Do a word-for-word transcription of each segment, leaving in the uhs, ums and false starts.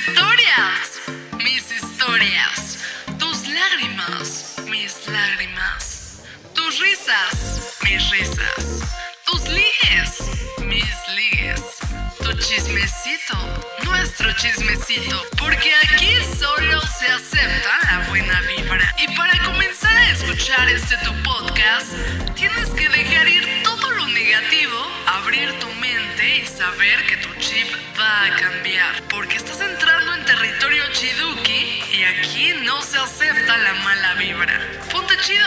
historias, mis historias. Tus lágrimas, mis lágrimas. Tus risas, mis risas. Tus ligues, mis ligues. Tu chismecito, nuestro chismecito. Porque aquí solo se acepta la buena vibra. Y para comenzar a escuchar este tu podcast, tienes que dejar ir todo lo negativo, abrir tu mente y saber que tu chip va a cambiar. Porque estás entrando en territorio chiduki y aquí no se acepta la mala vibra. Ponte chido.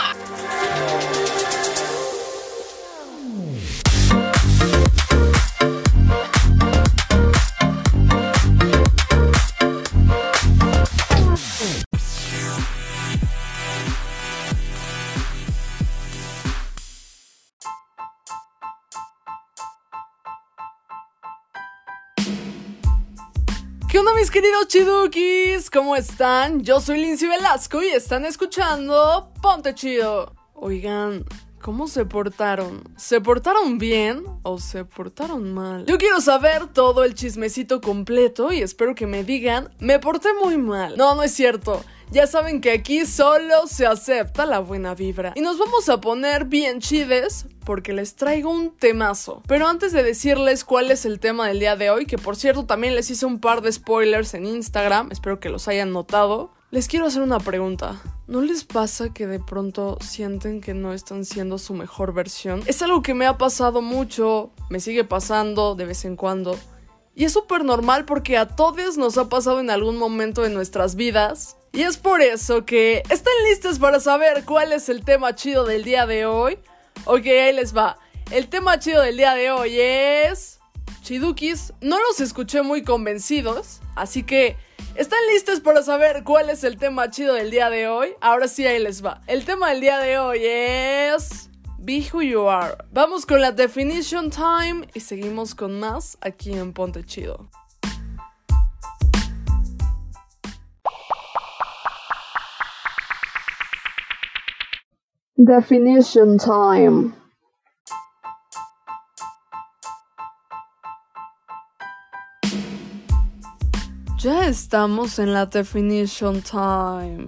¿Qué onda, mis queridos chidukis? ¿Cómo están? Yo soy Lindsay Velasco y están escuchando Ponte Chido. Oigan, ¿cómo se portaron? ¿Se portaron bien o se portaron mal? Yo quiero saber todo el chismecito completo y espero que me digan, me porté muy mal. No, no es cierto. Ya saben que aquí solo se acepta la buena vibra. Y nos vamos a poner bien chides porque les traigo un temazo. Pero antes de decirles cuál es el tema del día de hoy, que por cierto también les hice un par de spoilers en Instagram, espero que los hayan notado, les quiero hacer una pregunta. ¿No les pasa que de pronto sienten que no están siendo su mejor versión? Es algo que me ha pasado mucho, me sigue pasando de vez en cuando. Y es súper normal porque a todos nos ha pasado en algún momento de nuestras vidas. Y es por eso que están listos para saber cuál es el tema chido del día de hoy. Ok, ahí les va. El tema chido del día de hoy es... Chidukis, no los escuché muy convencidos, así que... ¿Están listos para saber cuál es el tema chido del día de hoy? Ahora sí, ahí les va. El tema del día de hoy es... Be Who You Are. Vamos con la definition time y seguimos con más aquí en Ponte Chido. Definition time. Ya estamos en la definition time.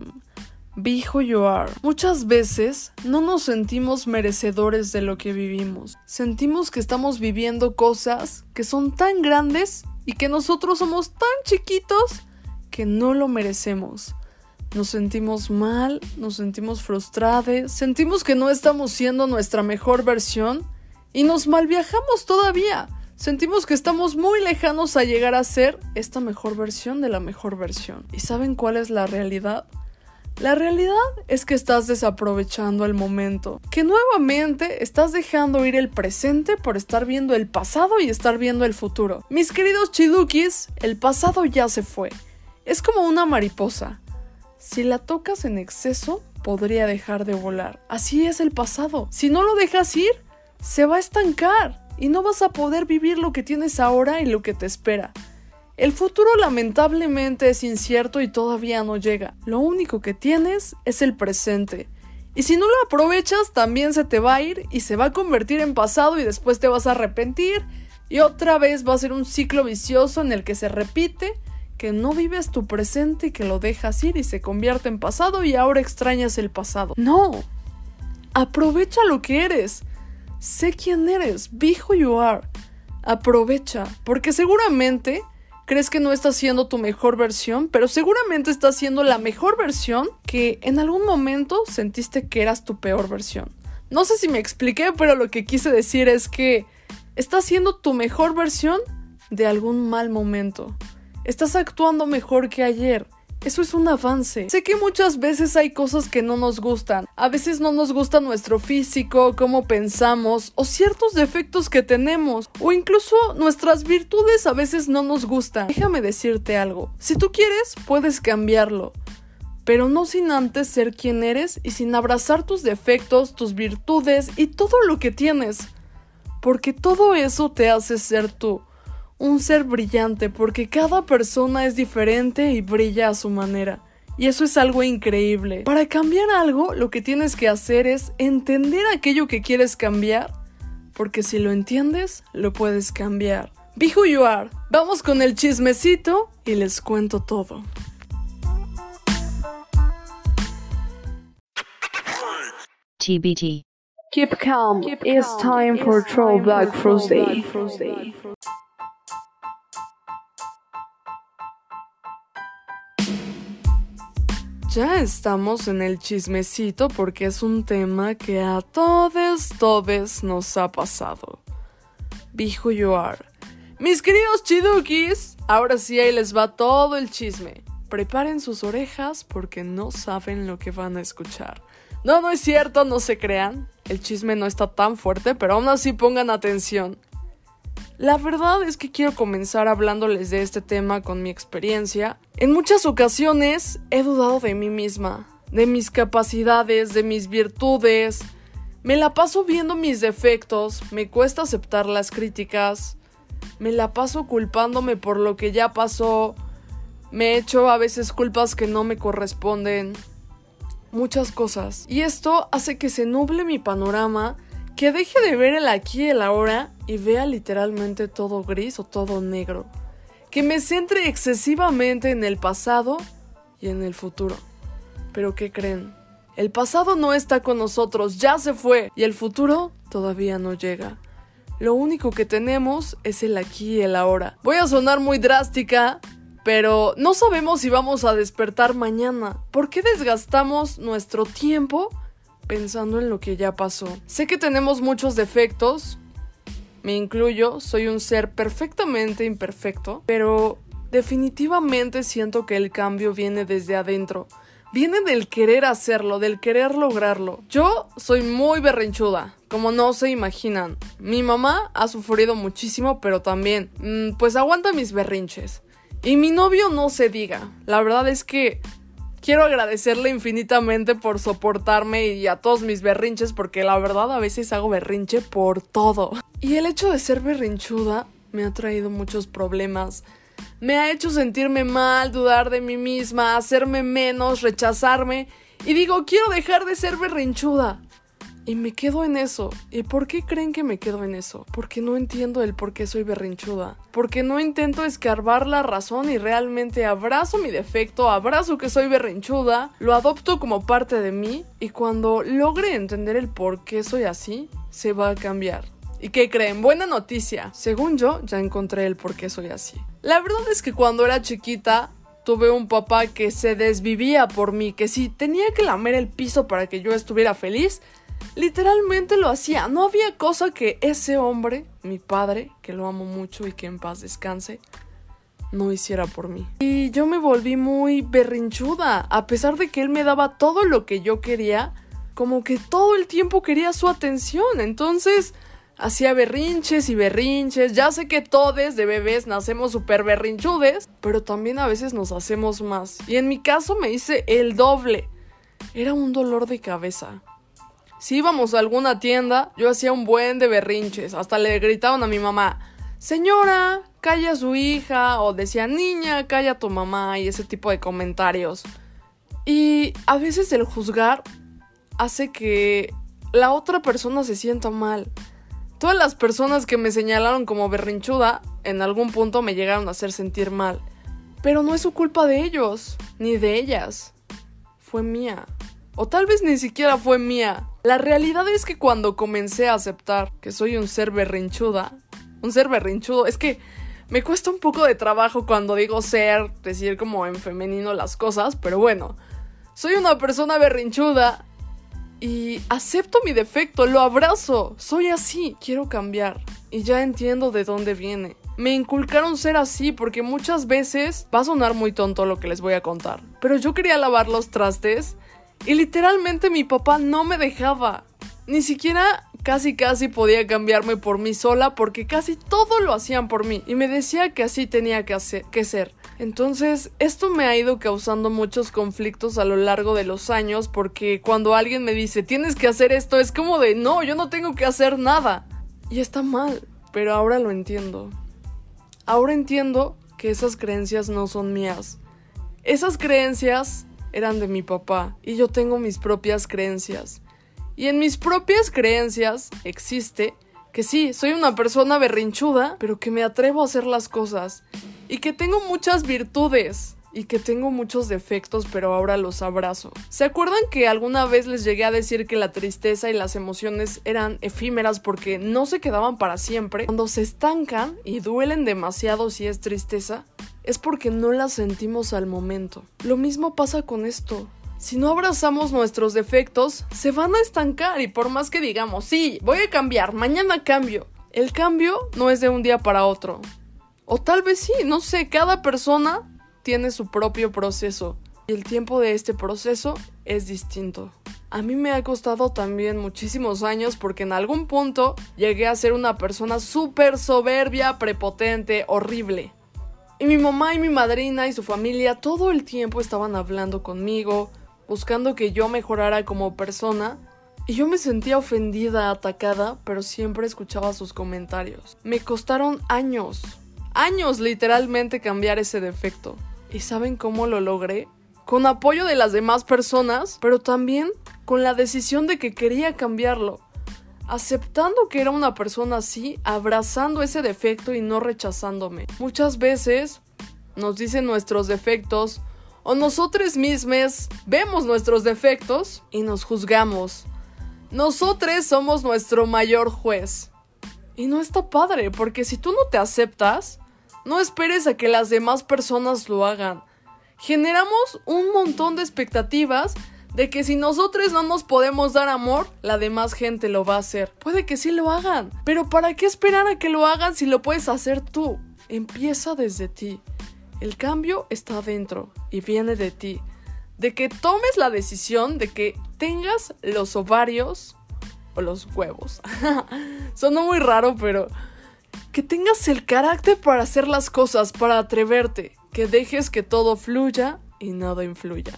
Be who you are. Muchas veces no nos sentimos merecedores de lo que vivimos. Sentimos que estamos viviendo cosas que son tan grandes y que nosotros somos tan chiquitos que no lo merecemos. Nos sentimos mal, nos sentimos frustrados, sentimos que no estamos siendo nuestra mejor versión y nos malviajamos todavía. Sentimos que estamos muy lejanos a llegar a ser esta mejor versión de la mejor versión. ¿Y saben cuál es la realidad? La realidad es que estás desaprovechando el momento, que nuevamente estás dejando ir el presente por estar viendo el pasado y estar viendo el futuro. Mis queridos chidukis, el pasado ya se fue. Es como una mariposa. Si la tocas en exceso, podría dejar de volar. Así es el pasado. Si no lo dejas ir, se va a estancar y no vas a poder vivir lo que tienes ahora y lo que te espera. El futuro lamentablemente es incierto y todavía no llega. Lo único que tienes es el presente. Y si no lo aprovechas, también se te va a ir y se va a convertir en pasado y después te vas a arrepentir. Y otra vez va a ser un ciclo vicioso en el que se repite que no vives tu presente y que lo dejas ir y se convierte en pasado y ahora extrañas el pasado. No, aprovecha lo que eres. Sé quién eres. Be who you are. Aprovecha, porque seguramente crees que no estás siendo tu mejor versión, pero seguramente estás siendo la mejor versión que en algún momento sentiste que eras tu peor versión. No sé si me expliqué, pero lo que quise decir es que estás siendo tu mejor versión de algún mal momento. Estás actuando mejor que ayer. Eso es un avance. Sé que muchas veces hay cosas que no nos gustan. A veces no nos gusta nuestro físico, cómo pensamos, o ciertos defectos que tenemos, o incluso nuestras virtudes a veces no nos gustan. Déjame decirte algo. Si tú quieres, puedes cambiarlo. Pero no sin antes ser quien eres y sin abrazar tus defectos, tus virtudes y todo lo que tienes. Porque todo eso te hace ser tú. Un ser brillante, porque cada persona es diferente y brilla a su manera. Y eso es algo increíble. Para cambiar algo, lo que tienes que hacer es entender aquello que quieres cambiar, porque si lo entiendes, lo puedes cambiar. Be who you are. Vamos con el chismecito y les cuento todo. T B T. Keep calm. It's time for Throwback Thursday. Ya estamos en el chismecito porque es un tema que a todos, todos nos ha pasado. Be who you are. Mis queridos chidukis, ahora sí ahí les va todo el chisme. Preparen sus orejas porque no saben lo que van a escuchar. No, no es cierto, no se crean. El chisme no está tan fuerte, pero aún así pongan atención. La verdad es que quiero comenzar hablándoles de este tema con mi experiencia. En muchas ocasiones he dudado de mí misma, de mis capacidades, de mis virtudes. Me la paso viendo mis defectos, me cuesta aceptar las críticas, me la paso culpándome por lo que ya pasó, me echo a veces culpas que no me corresponden, muchas cosas. Y esto hace que se nuble mi panorama, que deje de ver el aquí y el ahora y vea literalmente todo gris o todo negro. Que me centre excesivamente en el pasado y en el futuro. Pero ¿qué creen? El pasado no está con nosotros, ya se fue. Y el futuro todavía no llega. Lo único que tenemos es el aquí y el ahora. Voy a sonar muy drástica, pero no sabemos si vamos a despertar mañana. ¿Por qué desgastamos nuestro tiempo pensando en lo que ya pasó? Sé que tenemos muchos defectos, me incluyo, soy un ser perfectamente imperfecto, pero definitivamente siento que el cambio viene desde adentro. Viene del querer hacerlo, del querer lograrlo. Yo soy muy berrinchuda, como no se imaginan. Mi mamá ha sufrido muchísimo, pero también, mmm, pues aguanta mis berrinches. Y mi novio no se diga. La verdad es que quiero agradecerle infinitamente por soportarme y a todos mis berrinches, porque la verdad a veces hago berrinche por todo. Y el hecho de ser berrinchuda me ha traído muchos problemas. Me ha hecho sentirme mal, dudar de mí misma, hacerme menos, rechazarme. Y digo, quiero dejar de ser berrinchuda. Y me quedo en eso. ¿Y por qué creen que me quedo en eso? Porque no entiendo el por qué soy berrinchuda. Porque no intento escarbar la razón y realmente abrazo mi defecto, abrazo que soy berrinchuda, lo adopto como parte de mí y cuando logre entender el por qué soy así, se va a cambiar. ¿Y qué creen? Buena noticia. Según yo, ya encontré el por qué soy así. La verdad es que cuando era chiquita, tuve un papá que se desvivía por mí, que si tenía que lamer el piso para que yo estuviera feliz, literalmente lo hacía. No había cosa que ese hombre, mi padre, que lo amo mucho y que en paz descanse, no hiciera por mí. Y yo me volví muy berrinchuda. A pesar de que él me daba todo lo que yo quería, como que todo el tiempo quería su atención. Entonces hacía berrinches y berrinches. Ya sé que todos de bebés nacemos súper berrinchudes, pero también a veces nos hacemos más. Y en mi caso me hice el doble. Era un dolor de cabeza. Si íbamos a alguna tienda, yo hacía un buen de berrinches. Hasta le gritaban a mi mamá, señora, calla a su hija. O decía, niña, calla a tu mamá. Y ese tipo de comentarios. Y a veces el juzgar hace que la otra persona se sienta mal. Todas las personas que me señalaron como berrinchuda, en algún punto me llegaron a hacer sentir mal. Pero no es su culpa de ellos, ni de ellas. Fue mía. O tal vez ni siquiera fue mía. La realidad es que cuando comencé a aceptar que soy un ser berrinchuda, un ser berrinchudo, es que me cuesta un poco de trabajo cuando digo ser, decir como en femenino las cosas, pero bueno, soy una persona berrinchuda y acepto mi defecto, lo abrazo, soy así, quiero cambiar y ya entiendo de dónde viene. Me inculcaron ser así porque muchas veces, va a sonar muy tonto lo que les voy a contar, pero yo quería lavar los trastes y literalmente mi papá no me dejaba. Ni siquiera casi casi podía cambiarme por mí sola porque casi todo lo hacían por mí. Y me decía que así tenía que, hacer, que ser. Entonces, esto me ha ido causando muchos conflictos a lo largo de los años porque cuando alguien me dice, tienes que hacer esto, es como de, no, yo no tengo que hacer nada. Y está mal, pero ahora lo entiendo. Ahora entiendo que esas creencias no son mías. Esas creencias eran de mi papá y yo tengo mis propias creencias. Y en mis propias creencias existe Que sí, soy una persona berrinchuda, pero que me atrevo a hacer las cosas. Y que tengo muchas virtudes. Y que tengo muchos defectos, pero ahora los abrazo. ¿Se acuerdan que alguna vez les llegué a decir que la tristeza y las emociones eran efímeras porque no se quedaban para siempre? Cuando se estancan y duelen demasiado si es tristeza, es porque no las sentimos al momento. Lo mismo pasa con esto. Si no abrazamos nuestros defectos, se van a estancar y por más que digamos, sí, voy a cambiar, mañana cambio. El cambio no es de un día para otro. O tal vez sí, no sé, cada persona tiene su propio proceso y el tiempo de este proceso es distinto. A mí me ha costado también muchísimos años porque en algún punto llegué a ser una persona súper soberbia, prepotente, horrible. Y mi mamá y mi madrina y su familia todo el tiempo estaban hablando conmigo, buscando que yo mejorara como persona, y yo me sentía ofendida, atacada, pero siempre escuchaba sus comentarios. Me costaron años, años literalmente cambiar ese defecto. ¿Y saben cómo lo logré? Con apoyo de las demás personas, pero también con la decisión de que quería cambiarlo. Aceptando que era una persona así, abrazando ese defecto y no rechazándome. Muchas veces nos dicen nuestros defectos o nosotros mismos vemos nuestros defectos y nos juzgamos. Nosotros somos nuestro mayor juez. Y no está padre, porque si tú no te aceptas, no esperes a que las demás personas lo hagan. Generamos un montón de expectativas de que si nosotros no nos podemos dar amor, la demás gente lo va a hacer. Puede que sí lo hagan, pero ¿para qué esperar a que lo hagan si lo puedes hacer tú? Empieza desde ti. El cambio está adentro y viene de ti. De que tomes la decisión de que tengas los ovarios o los huevos. Sonó muy raro, pero que tengas el carácter para hacer las cosas, para atreverte. Que dejes que todo fluya y nada influya.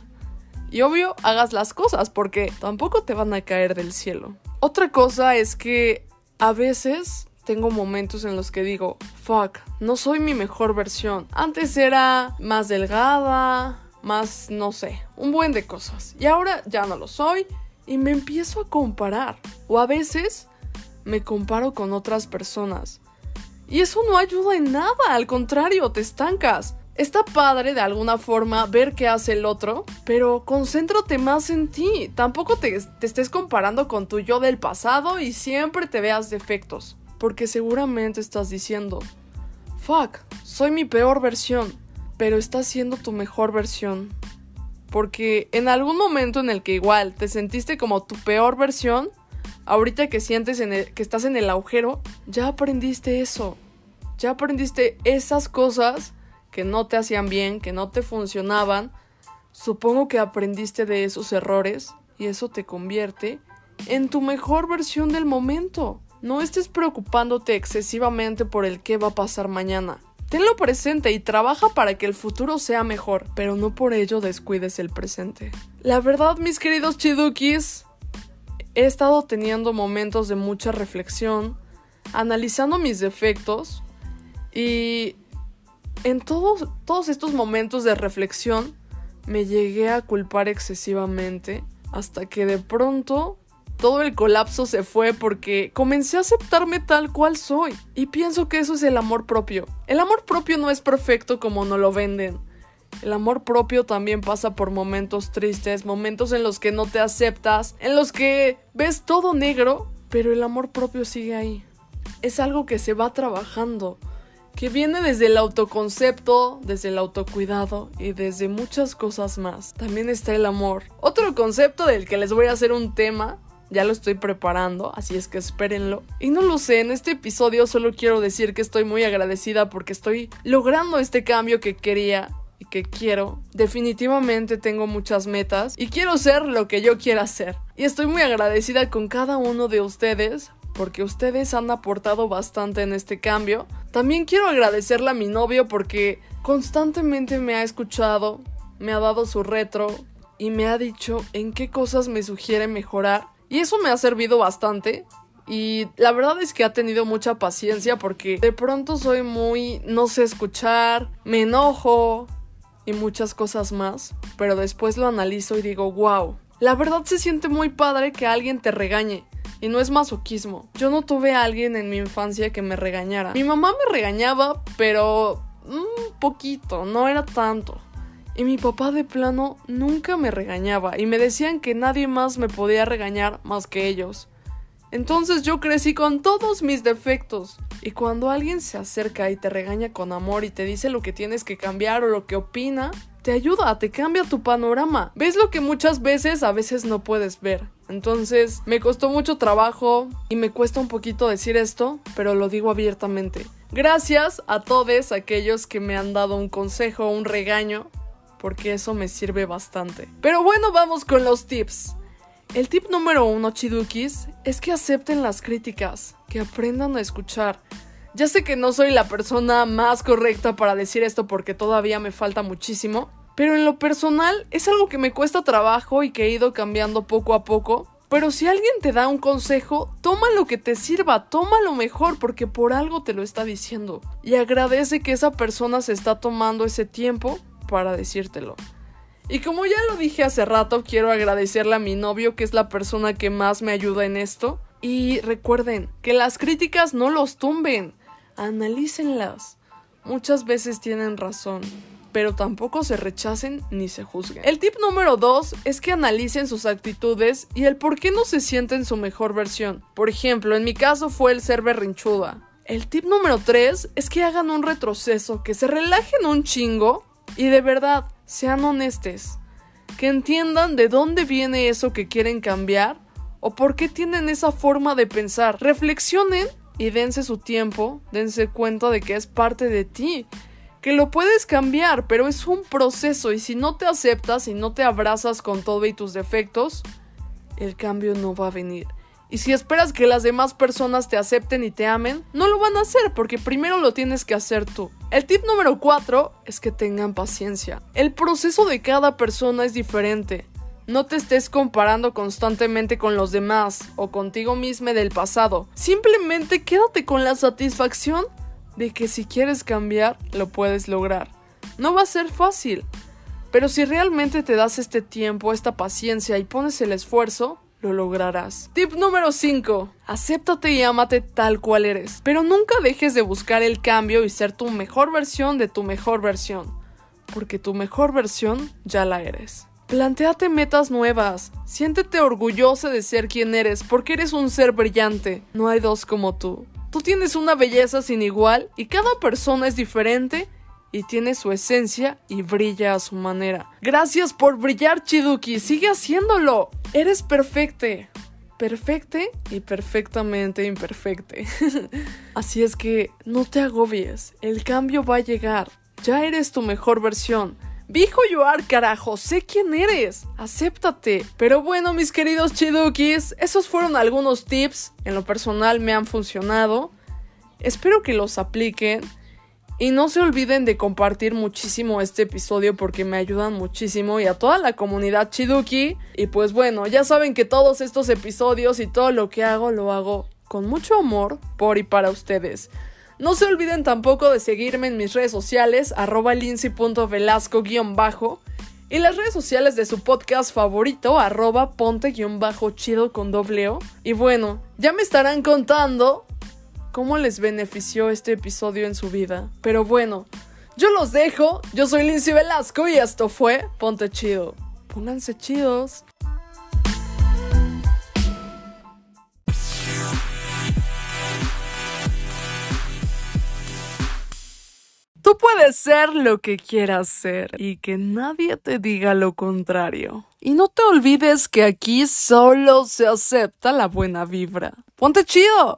Y obvio, hagas las cosas porque tampoco te van a caer del cielo. Otra cosa es que a veces tengo momentos en los que digo, fuck, no soy mi mejor versión. Antes era más delgada, más, no sé, un buen de cosas. Y ahora ya no lo soy y me empiezo a comparar. O a veces me comparo con otras personas. Y eso no ayuda en nada, al contrario, te estancas. Está padre de alguna forma ver qué hace el otro, pero concéntrate más en ti. Tampoco te, te estés comparando con tu yo del pasado y siempre te veas defectos. Porque seguramente estás diciendo, fuck, soy mi peor versión, pero estás siendo tu mejor versión. Porque en algún momento en el que igual te sentiste como tu peor versión, ahorita que sientes en el, que estás en el agujero, ya aprendiste eso. Ya aprendiste esas cosas que no te hacían bien, que no te funcionaban. Supongo que aprendiste de esos errores y eso te convierte en tu mejor versión del momento. No estés preocupándote excesivamente por el qué va a pasar mañana. Tenlo presente y trabaja para que el futuro sea mejor, pero no por ello descuides el presente. La verdad, mis queridos chidukis, he estado teniendo momentos de mucha reflexión, analizando mis defectos y en todos, todos estos momentos de reflexión me llegué a culpar excesivamente hasta que de pronto todo el colapso se fue porque comencé a aceptarme tal cual soy. Y pienso que eso es el amor propio. El amor propio no es perfecto como nos lo venden. El amor propio también pasa por momentos tristes, momentos en los que no te aceptas, en los que ves todo negro, pero el amor propio sigue ahí. Es algo que se va trabajando, que viene desde el autoconcepto, desde el autocuidado y desde muchas cosas más. También está el amor. Otro concepto del que les voy a hacer un tema, ya lo estoy preparando, así es que espérenlo. Y no lo sé, en este episodio solo quiero decir que estoy muy agradecida porque estoy logrando este cambio que quería y que quiero. Definitivamente tengo muchas metas y quiero ser lo que yo quiera ser. Y estoy muy agradecida con cada uno de ustedes porque ustedes han aportado bastante en este cambio. También quiero agradecerle a mi novio porque constantemente me ha escuchado, me ha dado su retro y me ha dicho en qué cosas me sugiere mejorar. Y eso me ha servido bastante. Y la verdad es que ha tenido mucha paciencia porque de pronto soy muy, no sé escuchar, me enojo y muchas cosas más. Pero después lo analizo y digo, wow, la verdad se siente muy padre que alguien te regañe, Y no es masoquismo. Yo no tuve a alguien en mi infancia que me regañara. Mi mamá me regañaba, pero un poquito, no era tanto. Y mi papá de plano nunca me regañaba y me decían que nadie más me podía regañar más que ellos. Entonces yo crecí con todos mis defectos. Y cuando alguien se acerca y te regaña con amor y te dice lo que tienes que cambiar o lo que opina, te ayuda, te cambia tu panorama. Ves lo que muchas veces a veces no puedes ver. Entonces me costó mucho trabajo y me cuesta un poquito decir esto, pero lo digo abiertamente. Gracias a todos aquellos que me han dado un consejo o un regaño, porque eso me sirve bastante. Pero bueno, vamos con los tips. El tip número uno, chidukis, es que acepten las críticas, que aprendan a escuchar. Ya sé que no soy la persona más correcta para decir esto porque todavía me falta muchísimo, pero en lo personal es algo que me cuesta trabajo y que he ido cambiando poco a poco. Pero si alguien te da un consejo, toma lo que te sirva, toma lo mejor porque por algo te lo está diciendo. Y agradece que esa persona se está tomando ese tiempo para decírtelo. Y como ya lo dije hace rato, quiero agradecerle a mi novio, que es la persona que más me ayuda en esto. Y recuerden que las críticas no los tumben, analícenlas. Muchas veces tienen razón, pero tampoco se rechacen ni se juzguen. El tip número dos es que analicen sus actitudes y el por qué no se sienten su mejor versión. Por ejemplo, en mi caso fue el ser berrinchuda. El tip número tres es que hagan un retroceso, que se relajen un chingo y de verdad sean honestos. Que entiendan de dónde viene eso que quieren cambiar o por qué tienen esa forma de pensar. Reflexionen y dense su tiempo, dense cuenta de que es parte de ti. Que lo puedes cambiar, pero es un proceso y si no te aceptas y no te abrazas con todo y tus defectos, el cambio no va a venir. Y si esperas que las demás personas te acepten y te amen, no lo van a hacer porque primero lo tienes que hacer tú. El tip número cuatro es que tengan paciencia. El proceso de cada persona es diferente. No te estés comparando constantemente con los demás o contigo mismo del pasado. Simplemente quédate con la satisfacción de que si quieres cambiar, lo puedes lograr. No va a ser fácil, pero si realmente te das este tiempo, esta paciencia y pones el esfuerzo, lo lograrás. Tip número cinco. Acéptate y ámate tal cual eres, pero nunca dejes de buscar el cambio y ser tu mejor versión de tu mejor versión, porque tu mejor versión ya la eres. Plantéate metas nuevas, siéntete orgulloso de ser quien eres, porque eres un ser brillante, no hay dos como tú. Tú tienes una belleza sin igual y cada persona es diferente y tiene su esencia y brilla a su manera. Gracias por brillar, Chiduki, sigue haciéndolo. Eres perfecte, perfecte y perfectamente imperfecte. Así es que no te agobies, el cambio va a llegar, ya eres tu mejor versión. Be who you are, carajo, sé quién eres, acéptate. Pero bueno, mis queridos chidukis, esos fueron algunos tips, en lo personal me han funcionado. Espero que los apliquen y no se olviden de compartir muchísimo este episodio porque me ayudan muchísimo y a toda la comunidad chiduki. Y pues bueno, ya saben que todos estos episodios y todo lo que hago lo hago con mucho amor por y para ustedes. No se olviden tampoco de seguirme en mis redes sociales, arroba lindsay punto velasco guión bajo, y las redes sociales de su podcast favorito, arroba ponte guión bajo chido con doble o. Y bueno, ya me estarán contando cómo les benefició este episodio en su vida. Pero bueno, yo los dejo, yo soy Lindsay Velasco y esto fue Ponte Chido. Pónganse chidos. Tú puedes ser lo que quieras ser y que nadie te diga lo contrario. Y no te olvides que aquí solo se acepta la buena vibra. ¡Ponte chido!